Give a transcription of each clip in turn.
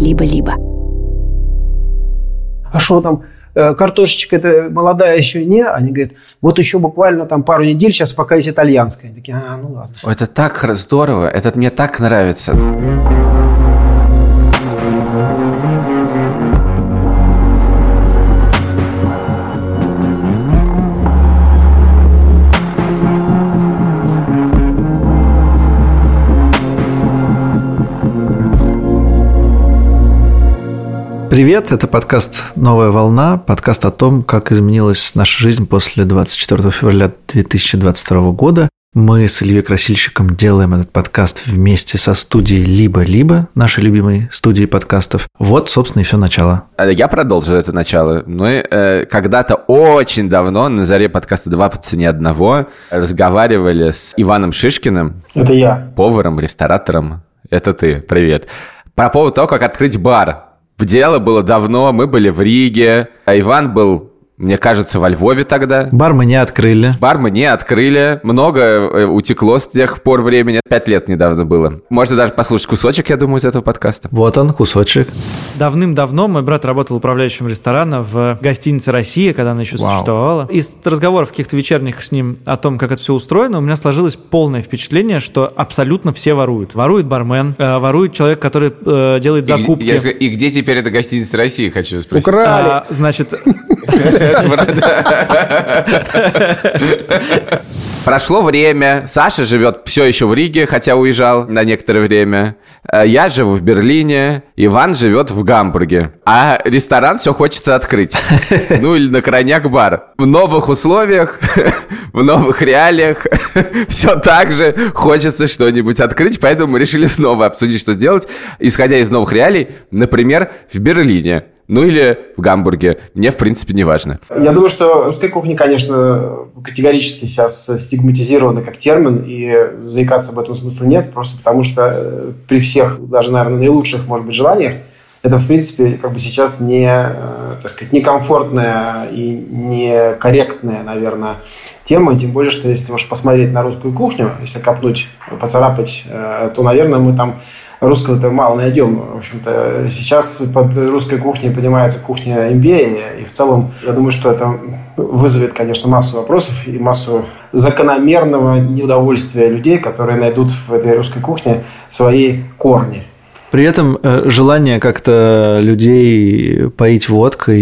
либо-либо. А что там, картошечка это молодая еще не? Они говорят, вот еще буквально там пару недель, сейчас пока есть итальянская. Они такие, ну ладно. Это так здорово, это мне так нравится. Привет, это подкаст «Новая волна», подкаст о том, как изменилась наша жизнь после 24 февраля 2022 года. Мы с Ильей Красильщиком делаем этот подкаст вместе со студией «Либо-либо», нашей любимой студией подкастов. Вот, собственно, и все начало. Я продолжу это начало. Мы когда-то очень давно на заре подкаста «Два по цене одного» разговаривали с Иваном Шишкиным. Это я. Поваром, ресторатором. Это ты, привет. Про повод того, как открыть бар. Дело было давно, мы были в Риге, а Иван был, мне кажется, во Львове тогда. Бар мы не открыли. Много утекло с тех пор времени. 5 лет недавно было. Можно даже послушать кусочек, я думаю, из этого подкаста. Вот он, кусочек. Давным-давно мой брат работал управляющим ресторана в гостинице «Россия», когда она еще существовала. Из разговоров каких-то вечерних с ним о том, как это все устроено, у меня сложилось полное впечатление, что абсолютно все воруют. Ворует бармен, ворует человек, который делает закупки. И где теперь эта гостиница «Россия», хочу спросить? Украли. Значит... Прошло время, Саша живет все еще в Риге, хотя уезжал на некоторое время. Я живу в Берлине, Иван живет в Гамбурге. А ресторан все хочется открыть. Ну или на крайняк бар. В новых условиях, в новых реалиях все так же хочется что-нибудь открыть, поэтому мы решили снова обсудить, что сделать, исходя из новых реалий, например, в Берлине. Ну или в Гамбурге. Мне, в принципе, не важно. Я думаю, что русская кухня, конечно, категорически сейчас стигматизирована как термин, и заикаться об этом смысла нет, просто потому что при всех, даже, наверное, наилучших, может быть, желаниях, это, в принципе, как бы сейчас не, так сказать, некомфортная и некорректная, наверное, тема, тем более, что если уж посмотреть на русскую кухню, если копнуть, поцарапать, то, наверное, мы там русского-то мало найдем. В общем-то, сейчас под русской кухней понимается кухня империи, и в целом, я думаю, что это вызовет, конечно, массу вопросов и массу закономерного неудовольствия людей, которые найдут в этой русской кухне свои корни. При этом желание как-то людей поить водкой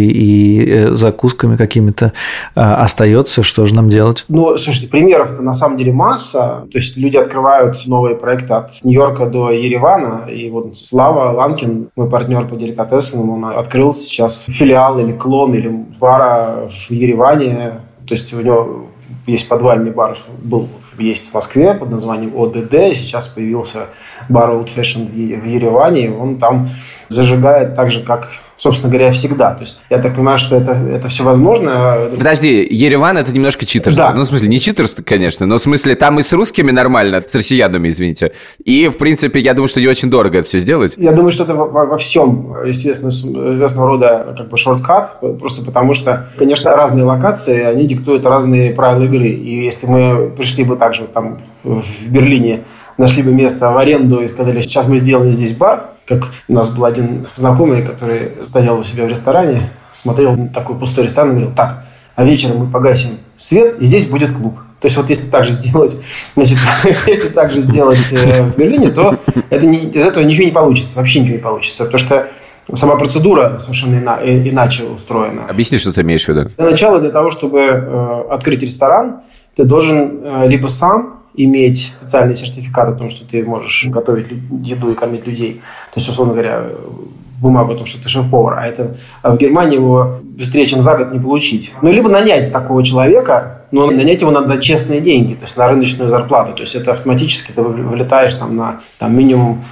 и закусками какими-то остается. Что же нам делать? Ну, слушайте, примеров-то на самом деле масса. То есть люди открывают новые проекты от Нью-Йорка до Еревана. И вот Слава Ланкин, мой партнер по деликатесам, он открыл сейчас филиал или клон или бара в Ереване. То есть у него есть подвальный бар, есть в Москве под названием ОДД. Сейчас появился бар Old Fashion в Ереване. И он там зажигает так же, как, собственно говоря, всегда. То есть я так понимаю, что это все возможно. Подожди, Ереван – это немножко читерство. Да. Ну, в смысле, не читерство, конечно, но в смысле там и с русскими нормально, с россиянами, извините. И, в принципе, я думаю, что не очень дорого это все сделать. Я думаю, что это во всем, известного рода как бы шорткат, просто потому что, конечно, разные локации, они диктуют разные правила игры. И если мы пришли бы также там в Берлине, нашли бы место в аренду и сказали, сейчас мы сделаем здесь бар, как у нас был один знакомый, который стоял у себя в ресторане, смотрел на такой пустой ресторан и говорил, так, а вечером мы погасим свет, и здесь будет клуб. То есть вот если так же сделать, значит, если так же сделать в Берлине, то из этого ничего не получится, вообще ничего не получится, потому что сама процедура совершенно иначе устроена. Объясни, что ты имеешь в виду. Для начала, для того, чтобы открыть ресторан, ты должен либо сам иметь специальный сертификат о том, что ты можешь готовить еду и кормить людей. То есть, условно говоря, бумагу о том, что ты шеф-повар. А в Германии его быстрее, чем за год не получить. Ну, либо нанять такого человека, но нанять его надо на честные деньги, то есть на рыночную зарплату. То есть это автоматически ты вылетаешь на минимум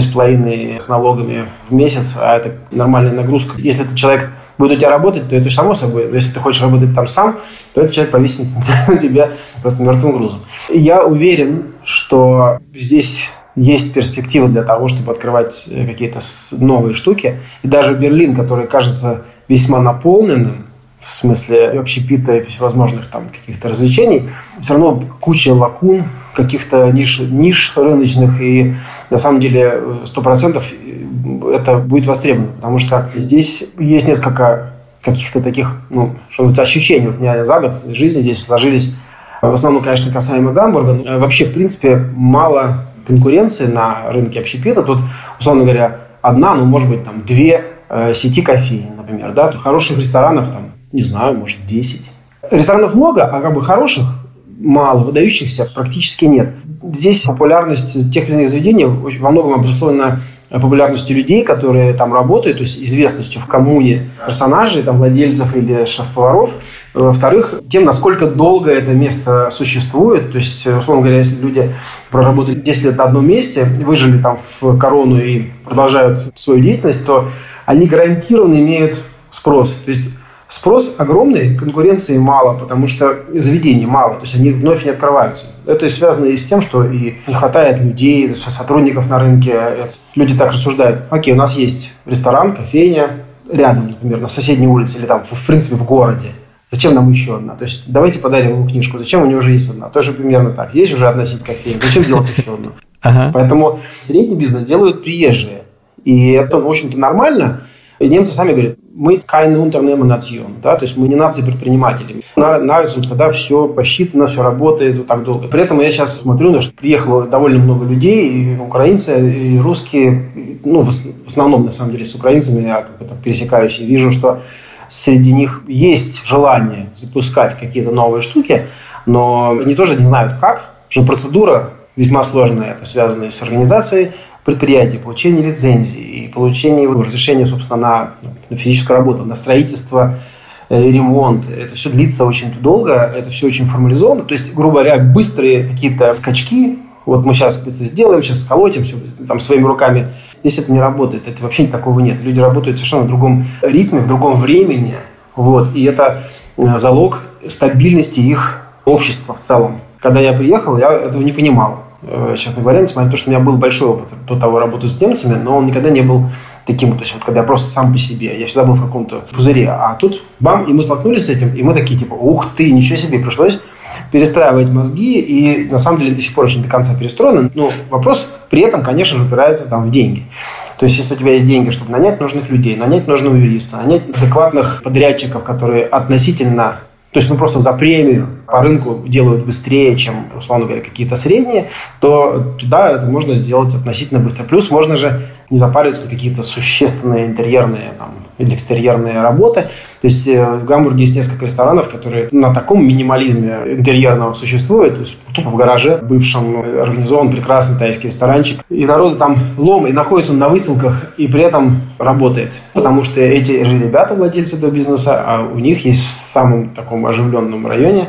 3,5 с налогами в месяц, а это нормальная нагрузка. Если этот человек будет у тебя работать, то это же само собой. Если ты хочешь работать там сам, то этот человек повесит на тебя просто мертвым грузом. Я уверен, что здесь есть перспективы для того, чтобы открывать какие-то новые штуки. И даже Берлин, который кажется весьма наполненным, в смысле общепита и всевозможных там каких-то развлечений, все равно куча лакун, каких-то ниш рыночных, и на самом деле 100% это будет востребовано, потому что здесь есть несколько каких-то таких, что называется, ощущений. Вот у меня за год жизни здесь сложились, в основном, конечно, касаемо Гамбурга. Вообще, в принципе, мало конкуренции на рынке общепита. Тут, условно говоря, одна, может быть, там 2 сети кофеин, например. Да? Тут хороших ресторанов, там, не знаю, может, 10. Ресторанов много, а как бы хороших мало, выдающихся практически нет. Здесь популярность тех или иных заведений во многом обусловлена популярностью людей, которые там работают, то есть известностью в коммуне персонажей, там, владельцев или шеф-поваров. Во-вторых, тем, насколько долго это место существует. То есть, условно говоря, если люди проработали 10 лет на одном месте, выжили там в корону и продолжают свою деятельность, то они гарантированно имеют спрос. То есть спрос огромный, конкуренции мало, потому что заведений мало, то есть они вновь не открываются. Это связано и с тем, что и не хватает людей, сотрудников на рынке. Люди так рассуждают: окей, у нас есть ресторан, кофейня рядом, например, на соседней улице или там, в принципе, в городе. Зачем нам еще одна? То есть давайте подарим ему книжку. Зачем у него уже есть одна? Тоже примерно так. Есть уже одна сеть кофеин. Зачем делать еще одну? Поэтому средний бизнес делают приезжие. И это, в общем-то, нормально. И немцы сами говорят: мы keine Unternehmensnation, да, то есть мы не нация предпринимателей. Нам нравится, когда все посчитано, все работает вот так долго. При этом я сейчас смотрю, что приехало довольно много людей, и украинцы, и русские, в основном, на самом деле, с украинцами я пересекаюсь и вижу, что среди них есть желание запускать какие-то новые штуки, но они тоже не знают как, что процедура весьма сложная, это связано с организацией предприятия, получение лицензии и получение разрешения, собственно, на физическую работу, на строительство, ремонт. Это все длится очень долго, это все очень формализовано. То есть, грубо говоря, быстрые какие-то скачки. Вот мы сейчас быстро сделаем, сейчас сколотим все там своими руками. Здесь это не работает, это вообще такого нет. Люди работают совершенно в другом ритме, в другом времени. Вот. И это залог стабильности их общества в целом. Когда я приехал, я этого не понимал. Честно говоря, несмотря на то, что у меня был большой опыт до того работы с немцами, но он никогда не был таким, то есть вот когда я просто сам по себе, я всегда был в каком-то пузыре, а тут бам, и мы столкнулись с этим, и мы такие типа: ух ты, ничего себе, пришлось перестраивать мозги, и на самом деле до сих пор очень до конца перестроено, но вопрос при этом, конечно же, упирается там в деньги. То есть, если у тебя есть деньги, чтобы нанять нужных людей, нанять нужного юриста, нанять адекватных подрядчиков, которые относительно... То есть, просто за премию по рынку делают быстрее, чем, условно говоря, какие-то средние, то туда это можно сделать относительно быстро. Плюс можно же не запариваться на какие-то существенные интерьерные или экстерьерные работы. То есть, в Гамбурге есть несколько ресторанов, которые на таком минимализме интерьерного существуют. То есть, тупо в гараже бывшем организован прекрасный тайский ресторанчик. И народу там лом, и находится он на выселках, и при этом работает. Потому что эти же ребята, владельцы этого бизнеса, а у них есть в самом таком оживленном районе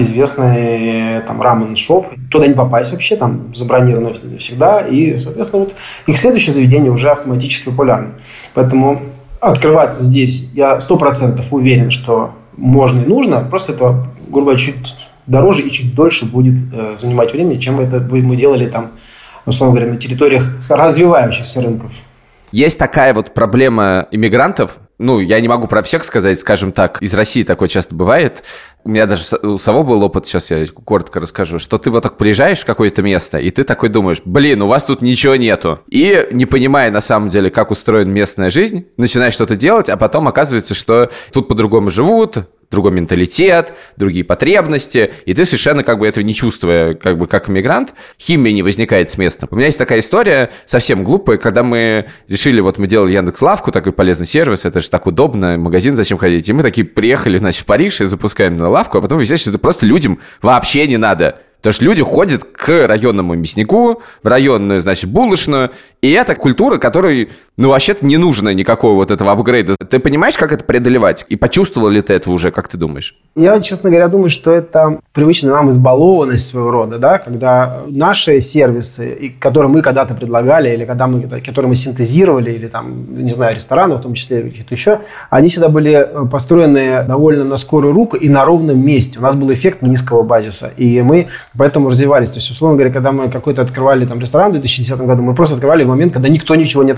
известный там рамен-шоп. Туда не попасть вообще, там забронировано всегда. И, соответственно, вот их следующее заведение уже автоматически популярно. Поэтому открываться здесь я 100% уверен, что можно и нужно. Просто это, грубо говоря, чуть дороже и чуть дольше будет занимать времени, чем это мы делали там, условно говоря, на территориях развивающихся рынков. Есть такая вот проблема иммигрантов. Я не могу про всех сказать, скажем так, из России такое часто бывает. У меня даже у самого был опыт, сейчас я коротко расскажу, что ты вот так приезжаешь в какое-то место, и ты такой думаешь: у вас тут ничего нету. И, не понимая на самом деле, как устроена местная жизнь, начинаешь что-то делать, а потом оказывается, что тут по-другому живут, другой менталитет, другие потребности, и ты совершенно этого не чувствуя, как иммигрант, химия не возникает с местным. У меня есть такая история, совсем глупая, когда мы решили, мы делали Яндекс.Лавку, такой полезный сервис, это же так удобно, в магазин зачем ходить, и мы такие приехали, в Париж и запускаем на лавку, а потом выясняется, что это просто людям вообще не надо. Потому что люди ходят к районному мяснику, в районную, булочную, и это культура, которой, вообще-то не нужно никакого вот этого апгрейда. Ты понимаешь, как это преодолевать? И почувствовал ли ты это уже, как ты думаешь? Я, честно говоря, думаю, что это привычная нам избалованность своего рода, да, когда наши сервисы, которые мы когда-то предлагали, или которые мы синтезировали, или рестораны, в том числе, или какие-то еще, они всегда были построены довольно на скорую руку и на ровном месте. У нас был эффект низкого базиса, и мы поэтому развивались. То есть, условно говоря, когда мы какой-то открывали ресторан в 2010 году, мы просто открывали в момент, когда никто ничего не открывал.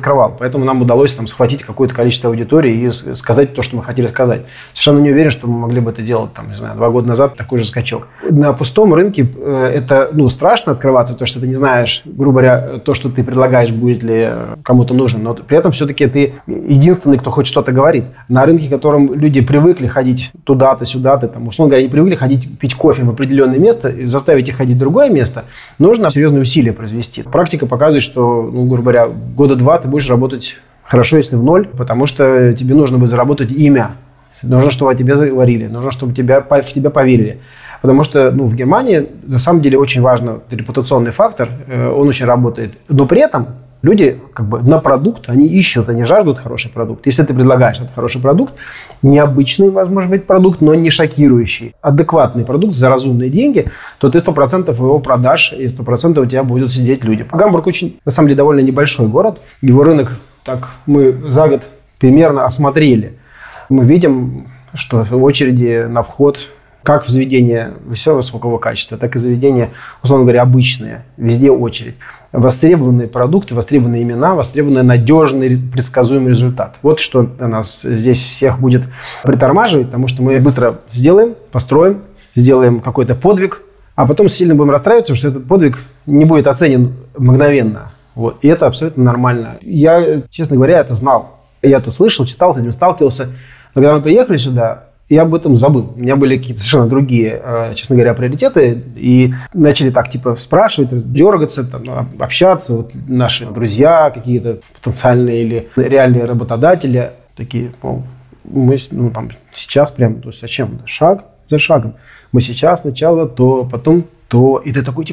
поэтому нам удалось там схватить какое-то количество аудитории и сказать то, что мы хотели сказать. Совершенно не уверен, что мы могли бы это делать, там, не знаю, 2 года назад такой же скачок. На пустом рынке это, страшно открываться, то, что ты не знаешь, грубо говоря, то, что ты предлагаешь, будет ли кому-то нужно, но при этом все-таки ты единственный, кто хоть что-то говорит. На рынке, в котором люди привыкли ходить туда-то, сюда-то, там, условно говоря, не привыкли ходить пить кофе в определенное место и заставить их ходить в другое место, нужно серьезные усилия произвести. Практика показывает, что, грубо говоря, 2 года ты будешь работать хорошо, если в ноль, потому что тебе нужно будет заработать имя. Нужно, чтобы о тебе говорили, нужно, чтобы в тебя поверили. Потому что в Германии на самом деле очень важен репутационный фактор, он очень работает. Но при этом люди на продукт, они ищут, они жаждут хороший продукт. Если ты предлагаешь этот хороший продукт, необычный, может быть, продукт, но не шокирующий, адекватный продукт за разумные деньги, то ты 100% его продашь, и 100% у тебя будут сидеть люди. Гамбург очень, на самом деле, довольно небольшой город. Его рынок мы за год примерно осмотрели. Мы видим, что очереди на вход как в заведения высокого качества, так и заведения, условно говоря, обычные. Везде очередь. Востребованные продукты, востребованные имена, востребованный надежный, предсказуемый результат. Вот что нас здесь всех будет притормаживать, потому что мы быстро построим, сделаем какой-то подвиг, а потом сильно будем расстраиваться, что этот подвиг не будет оценен мгновенно. И это абсолютно нормально. Я, честно говоря, это знал. Я это слышал, читал, с этим сталкивался. Но когда мы приехали сюда, я об этом забыл. У меня были какие-то совершенно другие, честно говоря, приоритеты. И начали спрашивать, дергаться, общаться. Наши друзья, какие-то потенциальные или реальные работодатели. Такие, мы сейчас прям, то есть зачем? Шаг за шагом. Мы сейчас сначала то, потом то. И ты такой,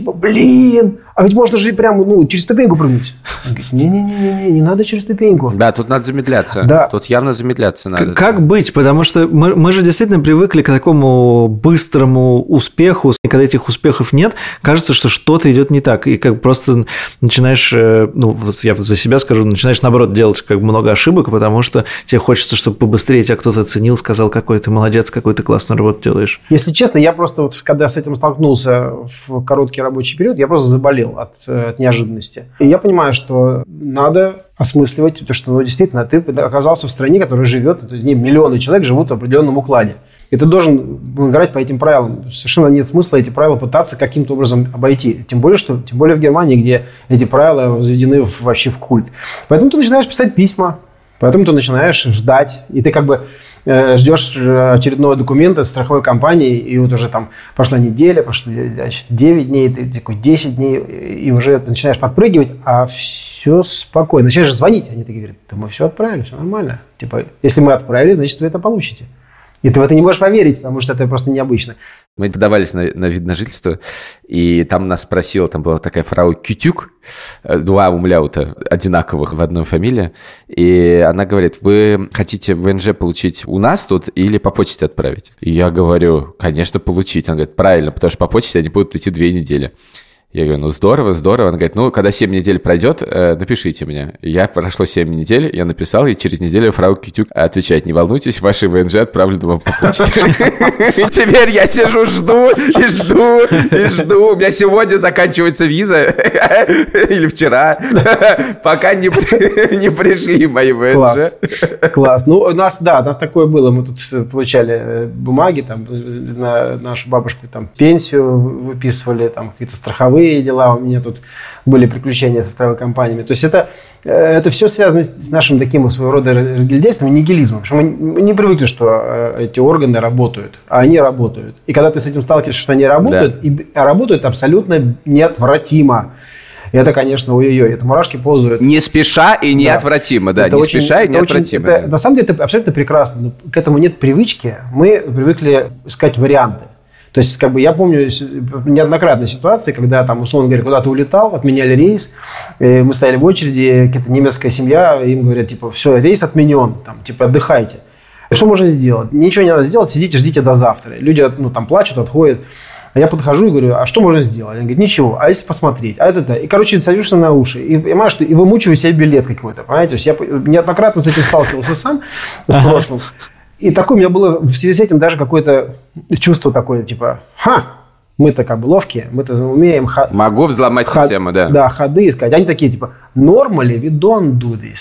а ведь можно же прямо, через ступеньку прыгнуть. Он говорит, не надо через ступеньку. Да, тут надо замедляться. Да. Тут явно замедляться надо. Как быть? Потому что мы же действительно привыкли к такому быстрому успеху. И когда этих успехов нет, кажется, что что-то идет не так. И просто начинаешь, я за себя скажу, начинаешь, наоборот, делать много ошибок, потому что тебе хочется, чтобы побыстрее тебя кто-то оценил, сказал, какой ты молодец, какой ты классную работу делаешь. Если честно, я просто когда с этим столкнулся в короткий рабочий период, я просто заболел от неожиданности. И я понимаю, что надо осмысливать, потому что действительно ты оказался в стране, которая живет, миллионы человек живут в определенном укладе. И ты должен играть по этим правилам. Совершенно нет смысла эти правила пытаться каким-то образом обойти. Тем более в Германии, где эти правила возведены вообще в культ. Поэтому ты начинаешь писать письма, поэтому ты начинаешь ждать. И ты ждешь очередного документа страховой компании, и уже прошла неделя, прошло 9 дней, ты такой 10 дней, и уже ты начинаешь подпрыгивать, а все спокойно. Начинаешь звонить, они такие говорят, мы все отправили, все нормально. Если мы отправили, значит, вы это получите. И ты в это не можешь поверить, потому что это просто необычно. Мы подавались на вид на жительство, и там нас спросила, там была такая фрау Кютюк, 2 умляута одинаковых в одной фамилии, и она говорит, вы хотите ВНЖ получить у нас тут или по почте отправить? И я говорю, конечно, получить. Она говорит, правильно, потому что по почте они будут идти 2 недели. Я говорю, здорово. Она говорит, когда 7 недель пройдет, напишите мне. Прошло 7 недель, я написал, и через неделю фрау Кютюк отвечает, не волнуйтесь, ваши ВНЖ отправлены вам по почте. И теперь я сижу, жду. У меня сегодня заканчивается виза, или вчера, пока не пришли мои ВНЖ. Класс. У нас такое было. Мы тут получали бумаги, на нашу бабушку пенсию выписывали, какие-то страховые дела, у меня тут были приключения со страховыми компаниями. То есть это все связано с нашим таким своего рода разгильдяйством и нигилизмом. Потому что мы не привыкли, что эти органы работают, а они работают. И когда ты с этим сталкиваешься, что они работают, и работают абсолютно неотвратимо. И это, конечно, ой-ой-ой, это мурашки ползают. Не спеша и неотвратимо, да. Не спеша и неотвратимо. На самом деле это абсолютно прекрасно. Но к этому нет привычки. Мы привыкли искать варианты. То есть, я помню неоднократные ситуации, когда, условно говоря, куда-то улетал, отменяли рейс, мы стояли в очереди, какая-то немецкая семья, им говорят, все, рейс отменен, отдыхайте. Что можно сделать? Ничего не надо сделать, сидите, ждите до завтра. Люди, плачут, отходят. А я подхожу и говорю, а что можно сделать? Они говорят, ничего, а если посмотреть? И, садишься на уши, и понимаешь, что и вымучиваю себе билет какой-то, понимаете? То есть, я неоднократно с этим сталкивался сам в прошлом. И такое у меня было в связи с этим даже какое-то чувство такое, мы-то ловкие, мы-то умеем... Могу взломать систему, да. Да, ходы искать. Они такие, normally we don't do this.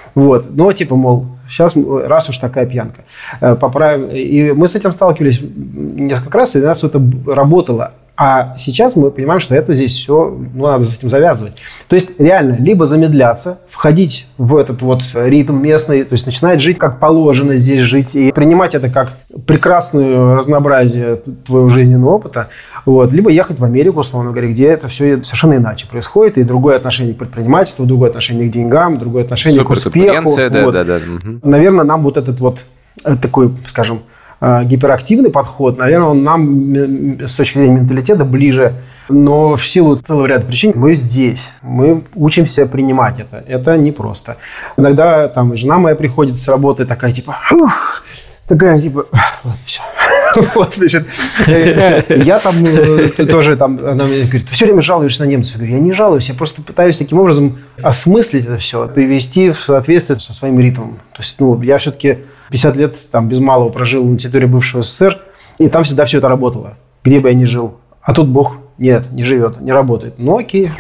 Вот. Но типа, мол, сейчас, раз уж такая пьянка, поправим. И мы с этим сталкивались несколько раз, и у нас это работало. А сейчас мы понимаем, что это здесь все, надо с этим завязывать. То есть реально либо замедляться, входить в этот вот ритм местный, то есть начинать жить как положено здесь жить и принимать это как прекрасное разнообразие твоего жизненного опыта, вот. Либо ехать в Америку, условно говоря, где это все совершенно иначе происходит, и другое отношение к предпринимательству, другое отношение к деньгам, другое отношение к успеху. Вот. Да. Наверное, нам вот этот вот такой, скажем, гиперактивный подход, наверное, он нам с точки зрения менталитета ближе, но в силу целого ряда причин мы здесь, мы учимся принимать это. Это непросто. Иногда там жена моя приходит с работы такая типа, ладно, все. Вот, значит, я там тоже она мне говорит, ты все время жалуешься на немцев. Я говорю, я не жалуюсь, я просто пытаюсь таким образом осмыслить это все, привести в соответствие со своим ритмом. То есть, я все-таки 50 лет там без малого прожил на территории бывшего СССР, и там всегда все это работало, где бы я ни жил. А тут Бог, нет, не живет, не работает. Ну окей.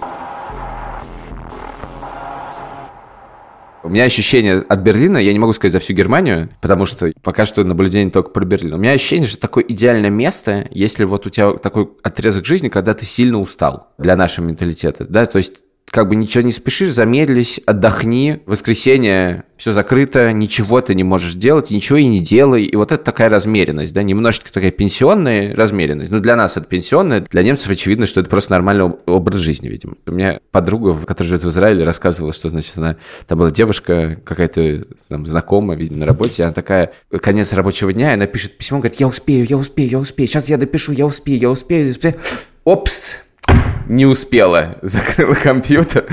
У меня ощущение от Берлина, я не могу сказать за всю Германию, потому что пока что наблюдение только про Берлин. У меня ощущение, что такое идеальное место, если вот у тебя такой отрезок жизни, когда ты сильно устал для нашего менталитета, да, то есть как бы ничего не спешишь, замедлись, отдохни, в воскресенье все закрыто, ничего ты не можешь делать, ничего и не делай, и вот это такая размеренность, да, немножечко такая пенсионная размеренность. Для нас это пенсионная, для немцев очевидно, что это просто нормальный образ жизни, видимо. У меня подруга, которая живет в Израиле, рассказывала, что, значит, там была девушка какая-то там знакомая, видимо, на работе, и она такая, конец рабочего дня, и она пишет письмо, говорит, я успею, сейчас я допишу, я успею. Опс! Не успела, закрыла компьютер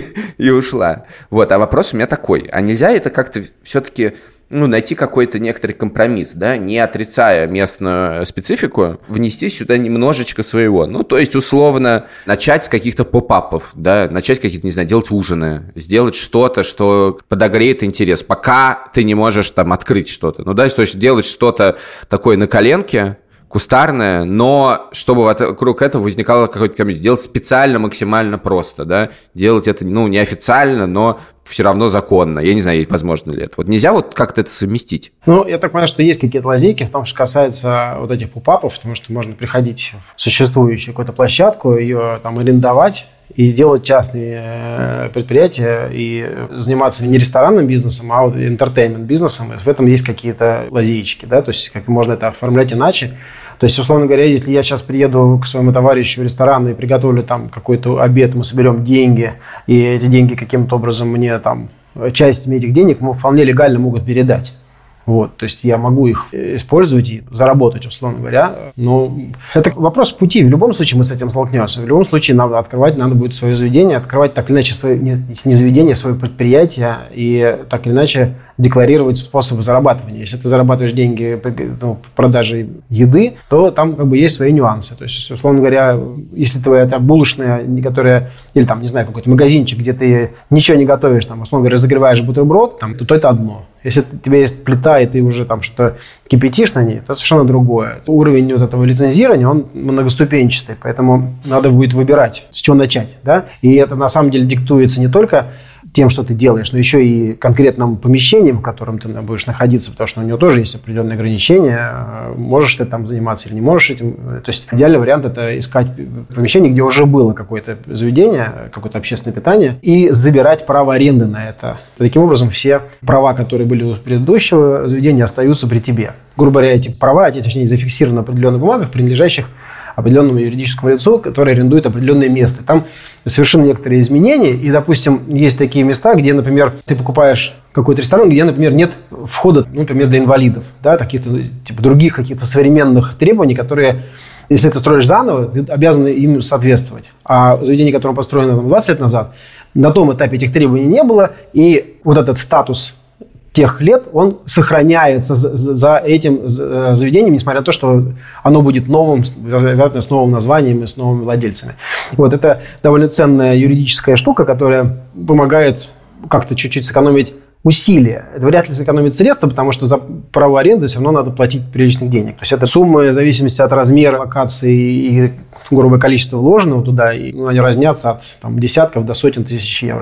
и ушла. Вот, а вопрос у меня такой. А нельзя это как-то все-таки найти какой-то некоторый компромисс, да, не отрицая местную специфику, внести сюда немножечко своего. То есть, условно, начать с каких-то поп-апов, да, начать какие-то, не знаю, делать ужины, сделать что-то, что подогреет интерес, пока ты не можешь там открыть что-то. То есть, делать что-то такое на коленке, кустарное, но чтобы вокруг этого возникало какой-то комьюнити. Делать специально максимально просто, да, делать это, неофициально, но все равно законно. Я не знаю, возможно ли это. Вот нельзя вот как-то это совместить? Я так понимаю, что есть какие-то лазейки в том, что касается вот этих поп-апов, потому что можно приходить в существующую какую-то площадку, ее там арендовать и делать частные предприятия и заниматься не ресторанным бизнесом, а вот интертеймент-бизнесом. В этом есть какие-то лазейки, да, то есть как можно это оформлять иначе. То есть, условно говоря, если я сейчас приеду к своему товарищу в ресторан и приготовлю там какой-то обед, мы соберем деньги, и эти деньги каким-то образом мне там, часть этих денег вполне легально могут передать. Вот, то есть я могу их использовать и заработать, условно говоря. Но это вопрос пути. В любом случае мы с этим столкнемся. В любом случае надо будет свое заведение, открывать так или иначе не заведение, свое предприятие и так или иначе декларировать способы зарабатывания. Если ты зарабатываешь деньги продажей еды, то там как бы есть свои нюансы. То есть, условно говоря, если твоя булочная, которая, или там, не знаю, какой-то магазинчик, где ты ничего не готовишь, там, условно говоря, разогреваешь бутерброд, там, то это одно. Если у тебя есть плита, и ты уже там что-то кипятишь на ней, то совершенно другое. Уровень вот этого лицензирования, он многоступенчатый, поэтому надо будет выбирать, с чего начать. Да? И это на самом деле диктуется не только тем, что ты делаешь, но еще и конкретным помещением, в котором ты будешь находиться, потому что у него тоже есть определенные ограничения. Можешь ты там заниматься или не можешь этим. То есть идеальный вариант – это искать помещение, где уже было какое-то заведение, какое-то общественное питание, и забирать право аренды на это. Таким образом, все права, которые были у предыдущего заведения, остаются при тебе. Грубо говоря, эти права, точнее, зафиксированы на определенных бумагах, принадлежащих определенному юридическому лицу, которое арендует определенное место. Там совершенно некоторые изменения. И, допустим, есть такие места, где, например, ты покупаешь какой-то ресторан, где, например, нет входа, например, для инвалидов, да, каких-то типа других каких-то современных требований, которые, если ты строишь заново, ты обязан им соответствовать. А заведение, которое построено 20 лет назад, на том этапе этих требований не было, и вот этот статус тех лет, он сохраняется за этим заведением, несмотря на то, что оно будет новым, вероятно, с новым названием и с новыми владельцами. Вот это довольно ценная юридическая штука, которая помогает как-то чуть-чуть сэкономить усилия. Это вряд ли сэкономит средства, потому что за право аренды все равно надо платить приличных денег. То есть это суммы в зависимости от размера локации и грубое количество вложенного туда, и они разнятся от десятков до сотен тысяч евро.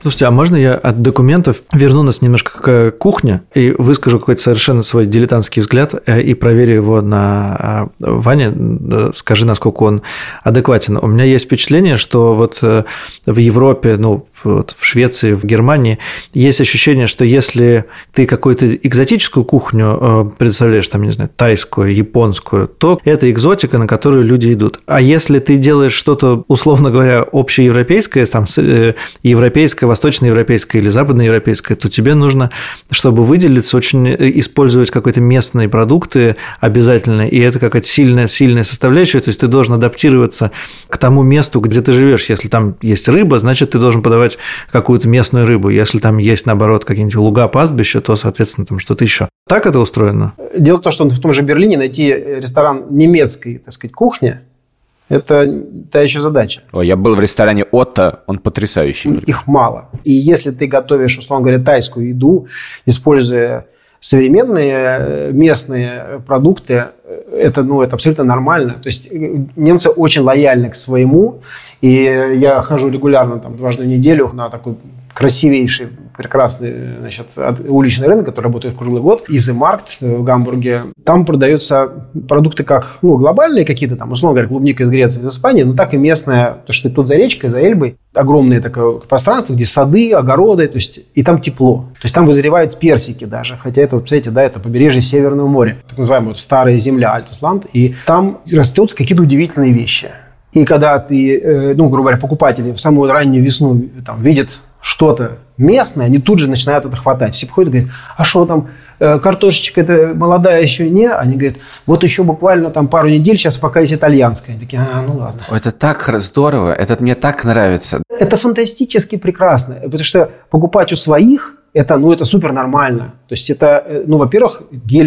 Слушайте, а можно я от документов верну нас немножко к кухне и выскажу какой-то совершенно свой дилетантский взгляд и проверю его на Ване, скажи, насколько он адекватен. У меня есть впечатление, что вот в Европе, ну, вот в Швеции, в Германии есть ощущение, что если ты какую-то экзотическую кухню представляешь, там, не знаю, тайскую, японскую, то это экзотика, на которую люди идут. А если ты делаешь что-то, условно говоря, общеевропейское, там, европейское, восточноевропейское или западноевропейское, то тебе нужно, чтобы выделиться, очень использовать какие-то местные продукты обязательно, и это какая-то сильная составляющая, то есть ты должен адаптироваться к тому месту, где ты живешь. Если там есть рыба, значит, ты должен подавать какую-то местную рыбу. Если там есть, наоборот, какие-нибудь луга, пастбища, то, соответственно, там что-то еще. Так это устроено? Дело в том, что в том же Берлине найти ресторан немецкой, так сказать, кухни – это та еще задача. Ой, я был в ресторане Отто, он потрясающий. Их мало. И если ты готовишь, условно говоря, тайскую еду, используя современные местные продукты, это абсолютно нормально. То есть немцы очень лояльны к своему. И я хожу регулярно, там, дважды в неделю на такой красивейший, прекрасный, значит, уличный рынок, который работает круглый год, Иземаркт в Гамбурге. Там продаются продукты как глобальные какие-то, там, условно говоря, клубника из Греции, из Испании, но так и местная, потому что тут за речкой, за Эльбой огромное такое пространство, где сады, огороды, то есть и там тепло. То есть там вызревают персики даже, хотя это, представляете, да, это побережье Северного моря, так называемая старая земля, Альтесланд, и там растут какие-то удивительные вещи. И когда ты, грубо говоря, покупатели в самую раннюю весну там, видят что-то местное, они тут же начинают это хватать. Все приходят и говорят, а что там, картошечка это молодая еще не? Они говорят, вот еще буквально там пару недель, сейчас пока есть итальянская. Они такие, ну ладно. Это так здорово, это мне так нравится. Это фантастически прекрасно, потому что покупать у своих, это супер нормально. То есть это, во-первых,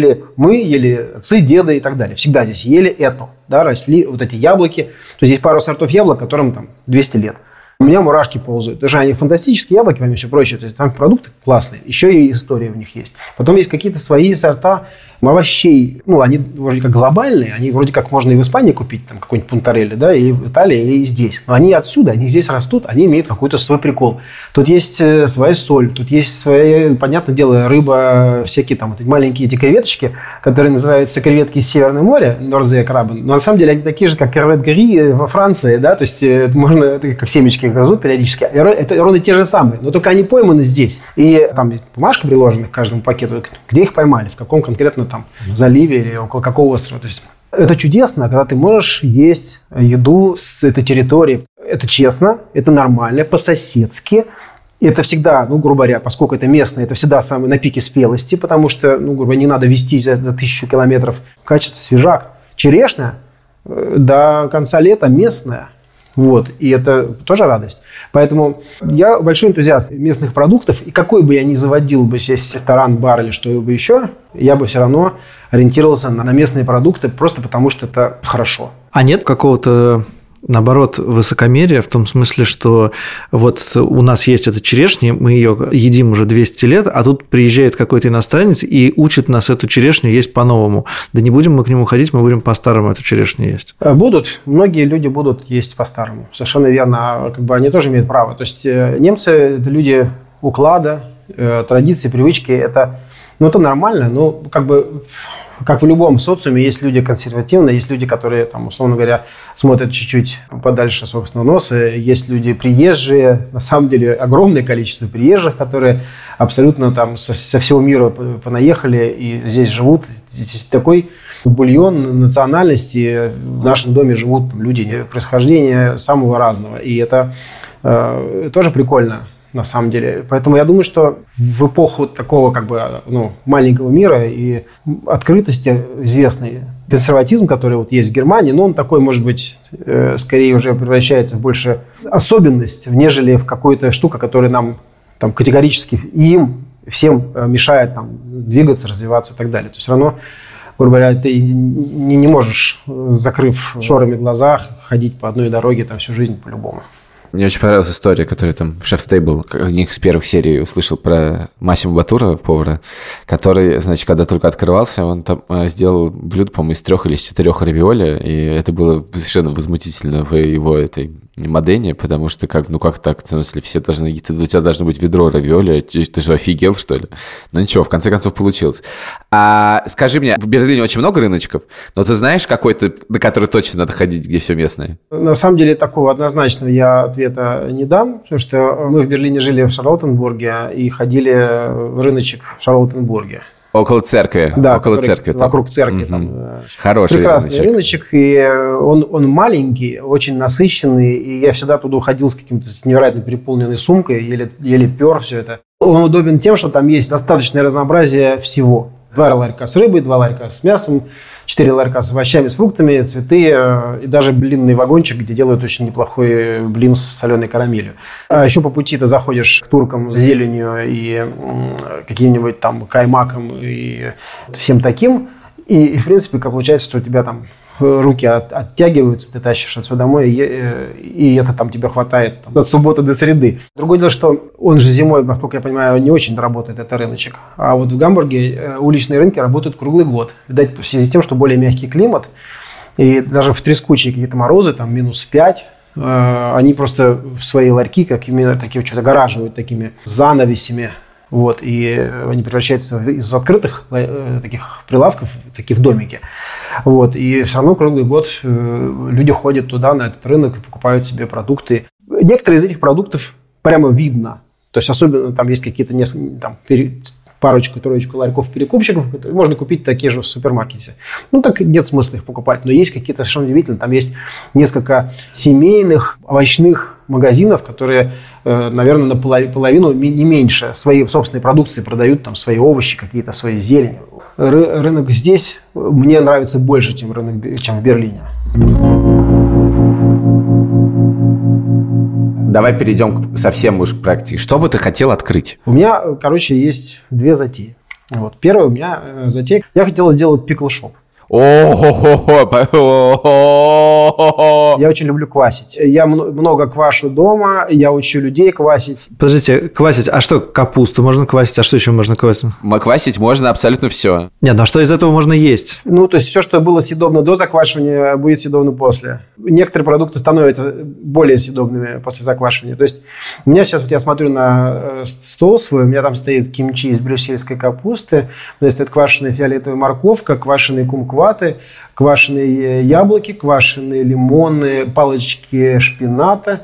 мы ели отцы, деды и так далее. Всегда здесь ели это. Да, росли вот эти яблоки. То есть здесь пару сортов яблок, которым там 200 лет. У меня мурашки ползают. Даже они фантастические яблоки, помимо всего прочего. То есть там продукты классные. Еще и история в них есть. Потом есть какие-то свои сорта овощей. Они вроде как глобальные. Они вроде как можно и в Испании купить, там какой-нибудь пунтарелли, да, и в Италии, и здесь. Но они отсюда, они здесь растут, они имеют какой-то свой прикол. Тут есть своя соль, тут есть своя, понятное дело, рыба, всякие там вот маленькие эти креветочки, которые называются креветки из Северного моря, Норзея крабен. Но на самом деле они такие же, как кревет гри во Франции, да, то есть можно, это как семечки грызут периодически. Это ровно те же самые, но только они пойманы здесь. И там есть бумажка приложена к каждому пакету, где их поймали, в каком конкретно там заливе или около какого острова. То есть это чудесно, когда ты можешь есть еду с этой территории. Это честно, это нормально, по-соседски. Это всегда, грубо говоря, поскольку это местное, это всегда самый на пике спелости, потому что, грубо говоря, не надо везти за 1000 километров. Качество свежак. Черешня до конца лета местная. Вот. И это тоже радость. Поэтому я большой энтузиаст местных продуктов. И какой бы я ни заводил бы здесь ресторан, бар или что бы еще, я бы все равно ориентировался на местные продукты, просто потому что это хорошо. А нет какого-то, наоборот, высокомерия в том смысле, что вот у нас есть эта черешня, мы ее едим уже 200 лет, а тут приезжает какой-то иностранец и учит нас эту черешню есть по-новому. Да не будем мы к нему ходить, мы будем по-старому эту черешню есть. Будут. Многие люди будут есть по-старому. Совершенно верно. Они тоже имеют право. То есть немцы – это люди уклада, традиции, привычки. Это нормально, но как в любом социуме, есть люди консервативные, есть люди, которые, там, условно говоря, смотрят чуть-чуть подальше собственного носа, есть люди приезжие, на самом деле огромное количество приезжих, которые абсолютно там со всего мира понаехали и здесь живут. Здесь такой бульон национальности. В нашем доме живут люди происхождения самого разного, и это тоже прикольно. На самом деле. Поэтому я думаю, что в эпоху такого маленького мира и открытости известный консерватизм, который вот есть в Германии, он такой, может быть, скорее уже превращается в больше особенность, нежели в какую-то штуку, которая нам там категорически им всем мешает там двигаться, развиваться и так далее. То есть все равно, грубо говоря, ты не можешь, закрыв шорами глаза, ходить по одной дороге там всю жизнь по-любому. Мне очень понравилась история, которую там Шеф Стейбл, одних из первых серий услышал про Массимо Батура, повара, который, значит, когда только открывался, он там сделал блюдо, по-моему, из 3 или из 4 равиоли, и это было совершенно возмутительно в его этой модене, потому что как так, в смысле, все должны, у тебя должно быть ведро равиоли, ты же офигел, что ли? Но ничего, в конце концов получилось. А скажи мне, в Берлине очень много рыночков, но ты знаешь какой-то, на который точно надо ходить, где все местное? На самом деле, такого однозначного я ответа не дам, потому что мы в Берлине жили в Шарлоттенбурге и ходили в рыночек в Шарлоттенбурге. Около церкви. Да, около церкви. Вокруг церкви. Угу. Там, хороший прекрасный рыночек. И он маленький, очень насыщенный. И я всегда туда уходил с каким-то невероятно переполненной сумкой, еле пер все это. Он удобен тем, что там есть достаточное разнообразие всего. 2 ларька с рыбой, 2 ларька с мясом, 4 ларька с овощами, с фруктами, цветы и даже блинный вагончик, где делают очень неплохой блин с соленой карамелью. А еще по пути ты заходишь к туркам с зеленью и каким-нибудь там каймаком и всем таким. И в принципе, как получается, что у тебя там руки оттягиваются, ты тащишь отсюда домой, и это там тебе хватает там, от субботы до среды. Другое дело, что он же зимой, насколько я понимаю, не очень работает, это рыночек. А вот в Гамбурге уличные рынки работают круглый год. Видать, в связи с тем, что более мягкий климат, и даже в трескучие какие-то морозы, там -5, они просто в свои ларьки, как именно такие что-то огораживают такими занавесями. Вот, и они превращаются из открытых таких прилавков, таких в домики. Вот, и все равно круглый год люди ходят туда, на этот рынок, и покупают себе продукты. Некоторые из этих продуктов прямо видно. То есть, особенно там есть какие-то там, парочку-троечку ларьков-перекупщиков, можно купить такие же в супермаркете. Ну, так нет смысла их покупать. Но есть какие-то совершенно удивительные. Там есть несколько семейных овощных магазинов, которые, наверное, наполовину, не меньше своей собственной продукции продают там свои овощи, какие-то свои зелени. Рынок здесь мне нравится больше, чем в Берлине. Давай перейдем совсем уж к практике. Что бы ты хотел открыть? У меня, есть 2 затеи. Вот. Первая у меня затея. Я хотел сделать пикл-шоп. Я очень люблю квасить. Я много квашу дома, я учу людей квасить. Подождите, квасить, а что, капусту можно квасить, а что еще можно квасить? Квасить можно абсолютно все. Нет, ну а что из этого можно есть? Ну, то есть все, что было съедобно до заквашивания, будет съедобно после. Некоторые продукты становятся более съедобными после заквашивания. То есть у меня сейчас, я смотрю на стол свой, у меня там стоит кимчи из брюссельской капусты, у меня стоит квашеная фиолетовая морковка, квашеный кумкваты, квашеные яблоки, квашеные лимоны, палочки шпината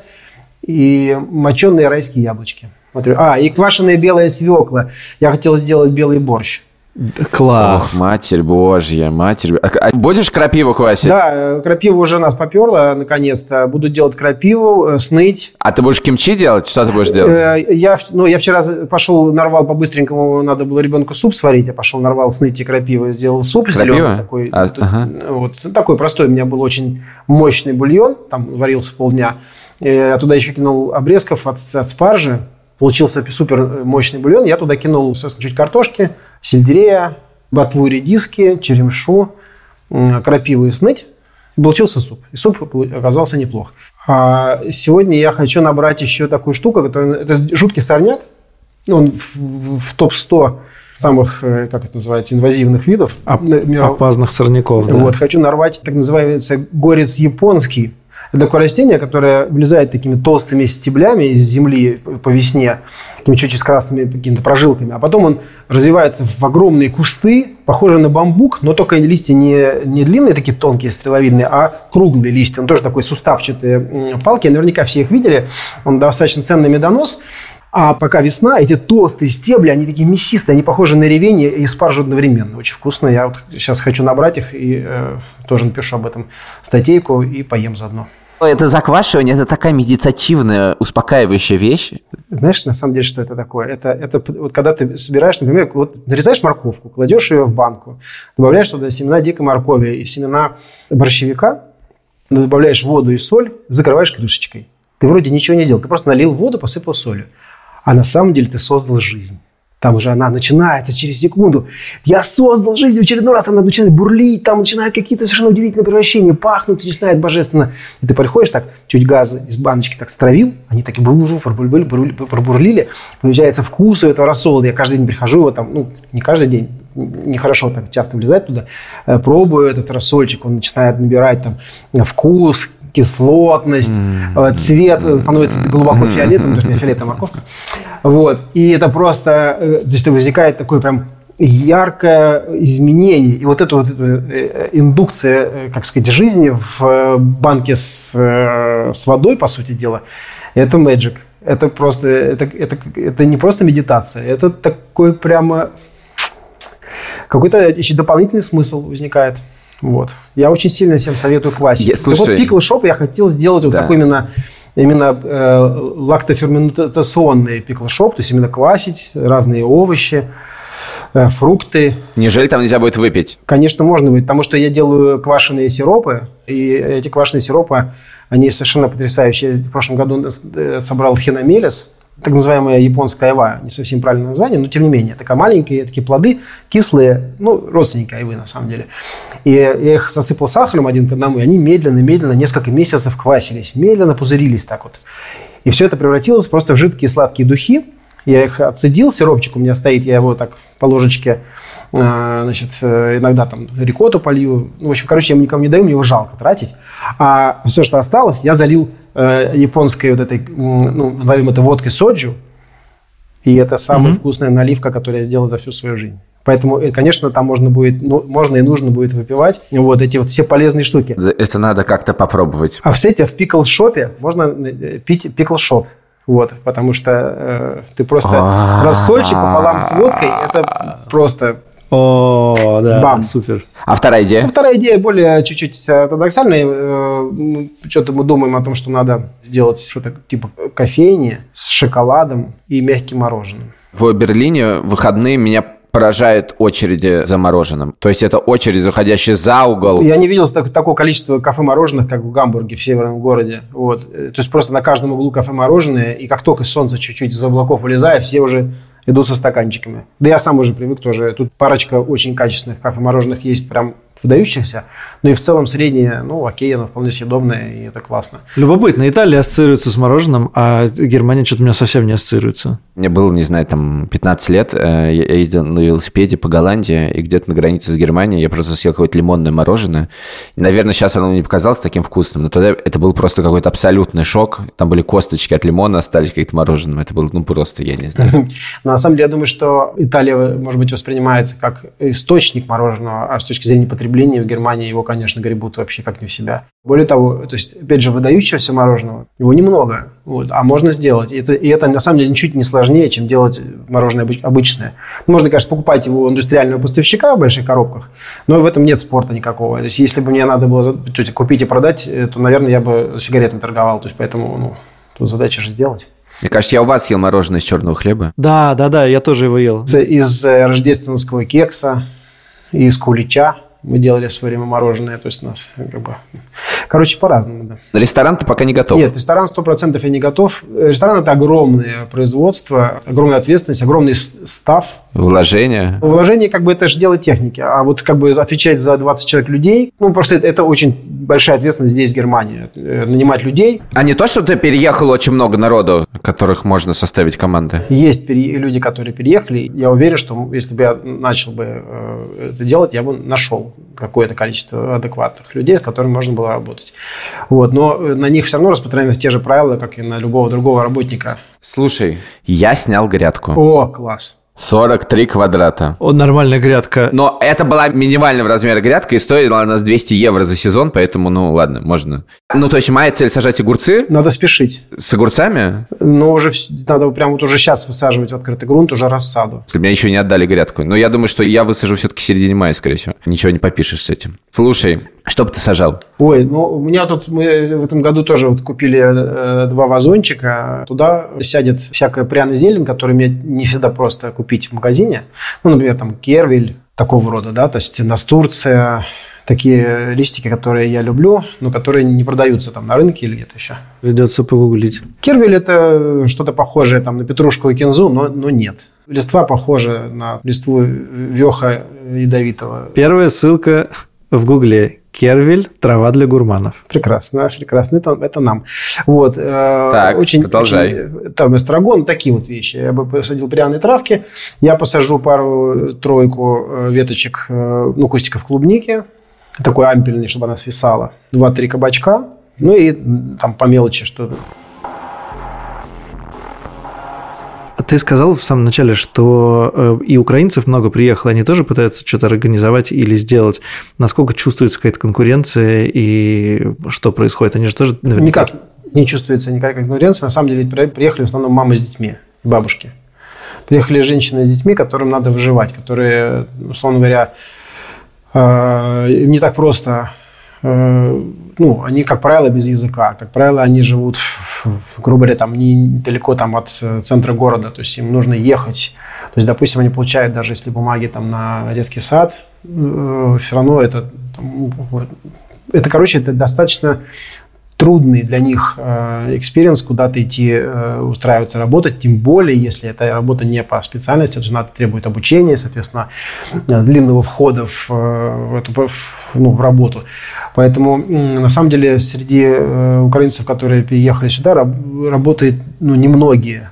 и моченые райские яблочки. Смотрю. И квашеная белая свекла. Я хотел сделать белый борщ. Класс. Ох, Матерь Божья, Матерь. А будешь крапиву квасить? Да, крапиву уже нас поперла, наконец-то. Буду делать крапиву, сныть. А ты будешь кимчи делать? Что ты будешь делать? Я вчера пошел, нарвал по-быстренькому, надо было ребенку суп сварить. Я пошел, нарвал сныть и крапиву, сделал суп зеленый такой. Вот, такой простой. У меня был очень мощный бульон, там варился полдня. Я туда еще кинул обрезков от спаржи. Получился супер мощный бульон. Я туда кинул, собственно, чуть картошки, сельдерея, ботву редиски, черемшу, крапиву и сныть. И получился суп. И суп оказался неплох. А сегодня я хочу набрать еще такую штуку, это жуткий сорняк. Он в топ-100 самых, как это называется, инвазивных видов. Опасных сорняков, да. Вот, хочу нарвать так называемый горец японский. Это такое растение, которое вылезает такими толстыми стеблями из земли по весне, такими чуть-чуть с красными какими-то прожилками, а потом он развивается в огромные кусты, похожие на бамбук, но только листья не длинные, такие тонкие, стреловидные, а круглые листья. Он тоже такой суставчатые палки, наверняка все их видели. Он достаточно ценный медонос. А пока весна, эти толстые стебли, они такие мясистые, они похожи на ревень и спаржу одновременно. Очень вкусно. Я вот сейчас хочу набрать их и тоже напишу об этом статейку и поем заодно. Это заквашивание, это такая медитативная, успокаивающая вещь. Знаешь, на самом деле, что это такое? Это вот когда ты собираешь, например, вот нарезаешь морковку, кладешь ее в банку, добавляешь туда семена дикой моркови и семена борщевика, добавляешь воду и соль, закрываешь крышечкой. Ты вроде ничего не сделал, ты просто налил воду, посыпал солью. А на самом деле ты создал жизнь. там уже она начинается через секунду. Я создал жизнь, в очередной раз она начинает бурлить, там начинают какие-то совершенно удивительные превращения, пахнут, начинает божественно. И ты приходишь так, чуть газы из баночки так стравил, они так и пробурлили, появляется вкус у этого рассола. Я каждый день прихожу, его там, ну, не каждый день, нехорошо так часто влезать туда, пробую этот рассольчик, он начинает набирать там вкус, кислотность, цвет становится глубоко фиолетовым, потому что у меня фиолетовая морковка. Вот. И это просто, здесь возникает такое прям яркое изменение. И вот эта индукция, как сказать, жизни в банке с водой, по сути дела, это magic. Это просто, это не просто медитация, это такой прямо какой-то еще дополнительный смысл возникает. Вот. Я очень сильно всем советую квасить. Слушай, вот Pickle Shop я хотел сделать вот такой именно лактоферментационный Pickle Shop, то есть именно квасить разные овощи, фрукты. Неужели там нельзя будет выпить? Конечно, можно будет, потому что я делаю квашеные сиропы, и эти квашеные сиропы, они совершенно потрясающие. Я в прошлом году собрал хиномелис, так называемая японская айва, не совсем правильное название, но тем не менее, такие маленькие такие плоды, кислые, ну, родственники айвы на самом деле. И я их засыпал сахаром один к одному, и они медленно, несколько месяцев квасились, медленно пузырились так вот. И все это превратилось просто в жидкие сладкие духи. Я их отцедил, сиропчик у меня стоит, я его так по ложечке, значит, иногда там рикотту полью. Ну, в общем, короче, я никому не даю, мне его жалко тратить. А все, что осталось, я залил японской вот этой, ну, назовем это водкой соджу. И это самая вкусная наливка, которую я сделал за всю свою жизнь. Поэтому, конечно, там можно будет, можно и нужно будет выпивать вот эти вот все полезные штуки. Это надо как-то попробовать. А в Pickle Shop можно пить Pickle Shot. Вот, потому что ты просто рассольчик пополам с водкой, это просто... О, да, бам. Супер. А вторая идея? Вторая идея более чуть-чуть ортодоксальная. Что-то мы думаем о том, что надо сделать что-то типа кофейни с шоколадом и мягким мороженым. В Берлине в выходные меня поражает очереди за мороженым. То есть это очередь, заходящая за угол. Я не видел такого количества кафе-мороженых, как в Гамбурге, в северном городе. Вот. То есть просто на каждом углу кафе-мороженое, и как только солнце чуть-чуть из облаков вылезает, все уже идут со стаканчиками. Да я сам уже привык тоже. Тут парочка очень качественных кафе-мороженых есть, прям выдающихся. Но и в целом среднее, ну окей, оно вполне съедобное, и это классно. Любопытно, Италия ассоциируется с мороженым, а Германия что-то у меня совсем не ассоциируется. Мне было, не знаю, там 15 лет, я ездил на велосипеде по Голландии, и где-то на границе с Германией я просто съел какое-то лимонное мороженое. И, наверное, сейчас оно мне показалось таким вкусным, но тогда это был просто какой-то абсолютный шок. Там были косточки от лимона, остались какие-то мороженым. Это было, ну, просто, я не знаю. На самом деле, я думаю, что Италия, может быть, воспринимается как источник мороженого, а с точки зрения потребления в Германии его, конечно, гребут вообще как не в себя. Более того, то есть, опять же, выдающегося мороженого, его немного, вот, а можно сделать. И это на самом деле ничуть не сложнее, чем делать мороженое обычное. Можно, конечно, покупать его у индустриального поставщика в больших коробках, но в этом нет спорта никакого. То есть, если бы мне надо было купить и продать, то, наверное, я бы сигаретами торговал. То есть, поэтому тут задача же сделать. Мне кажется, я у вас съел мороженое из черного хлеба. Да, я тоже его ел. Из рождественского кекса, из кулича. Мы делали в свое время мороженое, то есть у нас как бы... Короче, по-разному, да. Ресторан ты пока не готов? Нет, ресторан 100% я не готов. Ресторан – это огромное производство, огромная ответственность, огромный став. Вложения? Вложение, как бы, это же дело техники. А вот как бы отвечать за 20 человек людей, ну, просто это очень большая ответственность здесь, в Германии. Нанимать людей. А не то, что ты переехал очень много народу, которых можно составить команды? Есть люди, которые переехали. Я уверен, что если бы я начал бы это делать, я бы нашел какое-то количество адекватных людей, с которыми можно было работать. Вот. Но на них все равно распространяются те же правила, как и на любого другого работника. Слушай, я снял грядку. О, класс. 43 квадрата. Нормальная грядка. Но это была минимального размера грядка, и стоила она 200 евро за сезон, поэтому, ну, ладно, можно. Ну, то есть, моя цель сажать огурцы. Надо спешить. С огурцами? Но уже надо прямо вот уже сейчас высаживать в открытый грунт, уже рассаду. Если меня еще не отдали грядку. Но я думаю, что я высажу все-таки в середине мая, скорее всего. Ничего не попишешь с этим. Слушай, что бы ты сажал? Ой, ну, у меня тут, мы в этом году тоже вот купили 2 вазончика. Туда сядет всякая пряная зелень, которую мне не всегда просто купить в магазине. Ну, например, там кервель такого рода, да, то есть настурция, такие листики, которые я люблю, но которые не продаются там на рынке или где-то еще. Придется погуглить. Кервель – это что-то похожее там на петрушку и кинзу, но нет. Листва похожа на листву веха ядовитого. Первая ссылка в Гугле. Кервель, трава для гурманов. Прекрасно. Это нам. Вот. Так, продолжай. Там эстрагон, такие вот вещи. Я бы посадил пряные травки. Я посажу пару-тройку веточек, кустиков клубники. Такой ампельный, чтобы она свисала. 2-3 кабачка. Ну и там по мелочи что-то. Ты сказал в самом начале, что и украинцев много приехало, они тоже пытаются что-то организовать или сделать. Насколько чувствуется какая-то конкуренция и что происходит? Они же тоже наверняка... Никак не чувствуется никакой конкуренции. На самом деле приехали в основном мамы с детьми, бабушки. Приехали женщины с детьми, которым надо выживать, которые, условно говоря, им не так просто... они, как правило, без языка. Как правило, они живут, грубо говоря, там недалеко там, от центра города. То есть им нужно ехать. То есть, допустим, они получают, даже если бумаги там, на детский сад, все равно это достаточно трудный для них экспириенс куда-то идти, устраиваться, работать. Тем более, если эта работа не по специальности, то надо требует обучения, соответственно, длинного входа в работу. Поэтому, на самом деле, среди украинцев, которые переехали сюда, работают немногие.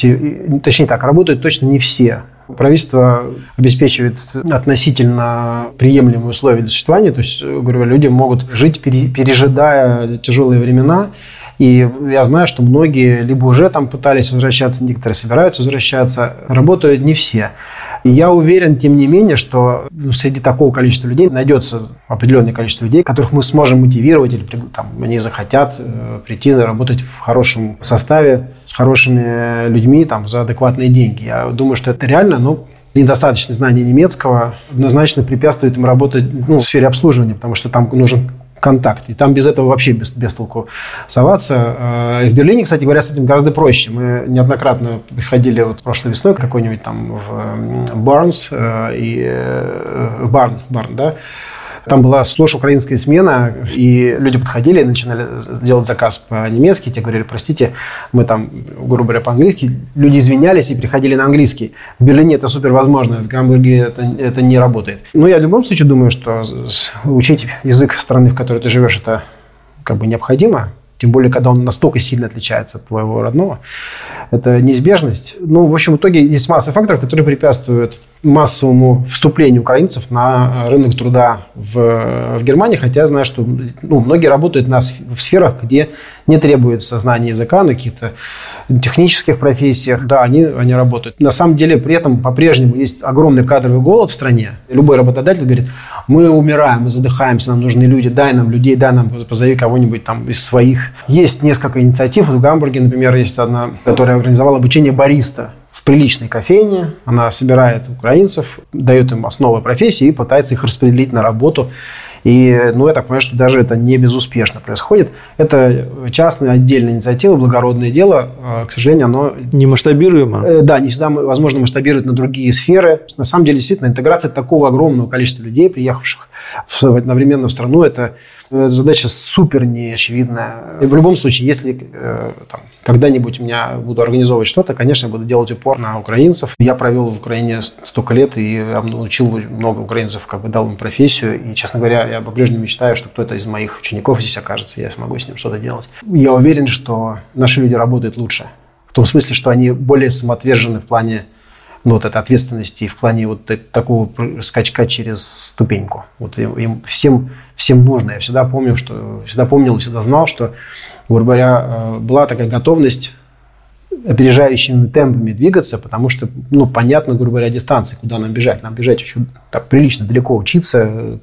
Точнее так, работают точно не все. Правительство обеспечивает относительно приемлемые условия для существования. То есть, говорю, люди могут жить, пережидая тяжелые времена. И я знаю, что многие либо уже там пытались возвращаться, некоторые собираются возвращаться. Работают не все. И я уверен, тем не менее, что среди такого количества людей найдется определенное количество людей, которых мы сможем мотивировать, или они захотят прийти работать в хорошем составе, с хорошими людьми за адекватные деньги. Я думаю, что это реально, но недостаточное знание немецкого однозначно препятствует им работать в сфере обслуживания, потому что там нужен контакт. И там без этого вообще без толку соваться. И в Берлине, кстати говоря, с этим гораздо проще. Мы неоднократно приходили прошлой весной какой-нибудь там в Барнс и Барн, да. Там была сплошь украинская смена, и люди подходили и начинали делать заказ по-немецки. Те говорили, простите, мы там, грубо говоря, по-английски. Люди извинялись и приходили на английский. В Берлине это супер возможно, в Гамбурге это не работает. Но я в любом случае думаю, что учить язык страны, в которой ты живешь, это необходимо. Тем более, когда он настолько сильно отличается от твоего родного. Это неизбежность. В общем, в итоге есть масса факторов, которые препятствуют массовому вступлению украинцев на рынок труда в Германии. Хотя я знаю, что многие работают в сферах, где не требуется знания языка, на каких-то технических профессиях. Да, они работают. На самом деле, при этом по-прежнему есть огромный кадровый голод в стране. Любой работодатель говорит, мы умираем, мы задыхаемся, нам нужны люди, дай нам людей, позови кого-нибудь там из своих. Есть несколько инициатив. В Гамбурге, например, есть одна, которая организовала обучение бариста в приличной кофейне. Она собирает украинцев, дает им основы профессии и пытается их распределить на работу. И, я так понимаю, что даже это не безуспешно происходит. Это частная отдельная инициатива, благородное дело. К сожалению, оно... Не масштабируемо. Да, не всегда возможно масштабировать на другие сферы. На самом деле, действительно, интеграция такого огромного количества людей, приехавших одновременно в страну, это задача супер неочевидная. И в любом случае, если когда-нибудь я буду организовывать что-то, конечно, я буду делать упор на украинцев. Я провел в Украине столько лет и научил много украинцев, дал им профессию. И, честно говоря, я по-прежнему мечтаю, что кто-то из моих учеников здесь окажется, и я смогу с ним что-то делать. Я уверен, что наши люди работают лучше. В том смысле, что они более самоотвержены в плане этой ответственности, в плане такого скачка через ступеньку. Им всем нужно. Я всегда помнил и всегда знал, что, грубо говоря, была такая готовность опережающими темпами двигаться, потому что, понятно, грубо говоря, дистанции, куда нам бежать. Нам бежать очень прилично далеко учиться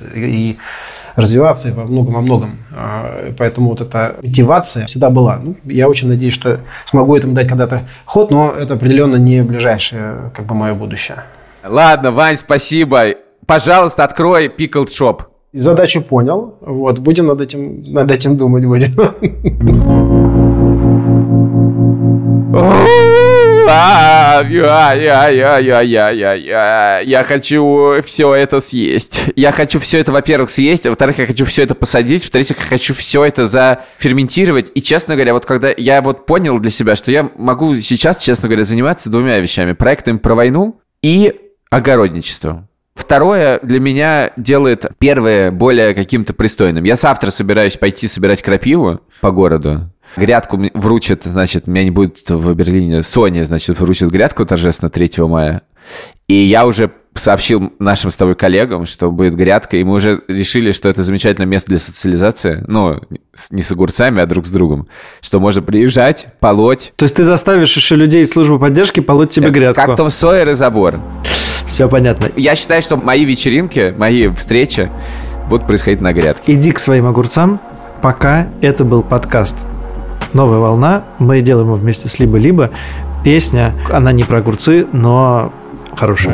и развиваться во многом. Поэтому эта мотивация всегда была. Я очень надеюсь, что смогу этому дать когда-то ход, но это определенно не ближайшее, мое будущее. Ладно, Вань, спасибо. Пожалуйста, открой Pickled Shop. Задачу понял. Будем над этим думать. Я хочу все это съесть. Я хочу все это, во-первых, съесть, а во-вторых, я хочу все это посадить, в-третьих, я хочу все это заферментировать. И, честно говоря, вот когда я вот понял для себя, что я могу сейчас, честно говоря, заниматься двумя вещами. Проектами про войну и огородничеством. Второе для меня делает первое более каким-то пристойным. Я завтра собираюсь пойти собирать крапиву по городу. Грядку вручат, значит, меня не будет в Берлине. Соня, значит, вручит грядку торжественно 3 мая. И я уже сообщил нашим с тобой коллегам, что будет грядка, и мы уже решили, что это замечательное место для социализации. Ну, не с огурцами, а друг с другом. Что можно приезжать, полоть. То есть ты заставишь еще людей из службы поддержки полоть тебе грядку? Как Том Сойер и забор. Все понятно. Я считаю, что мои вечеринки, мои встречи будут происходить на грядке. Иди к своим огурцам. Пока это был подкаст «Новая волна». Мы делаем его вместе с «Либо-либо». Песня, она не про огурцы, но хорошая.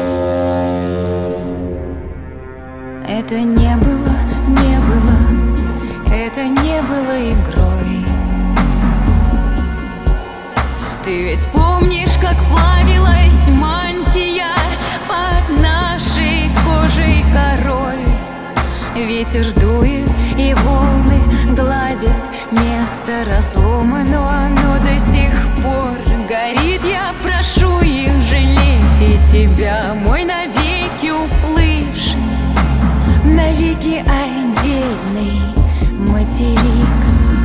Это не было, это не было игрой. Ты ведь помнишь, как плавилась мантия под нашей кожей корой? Ветер дует, и волны гладят место разлома, но оно до сих пор горит. Я прошу их жалеть и тебя, мой навеки уплывший, навеки отдельный материк.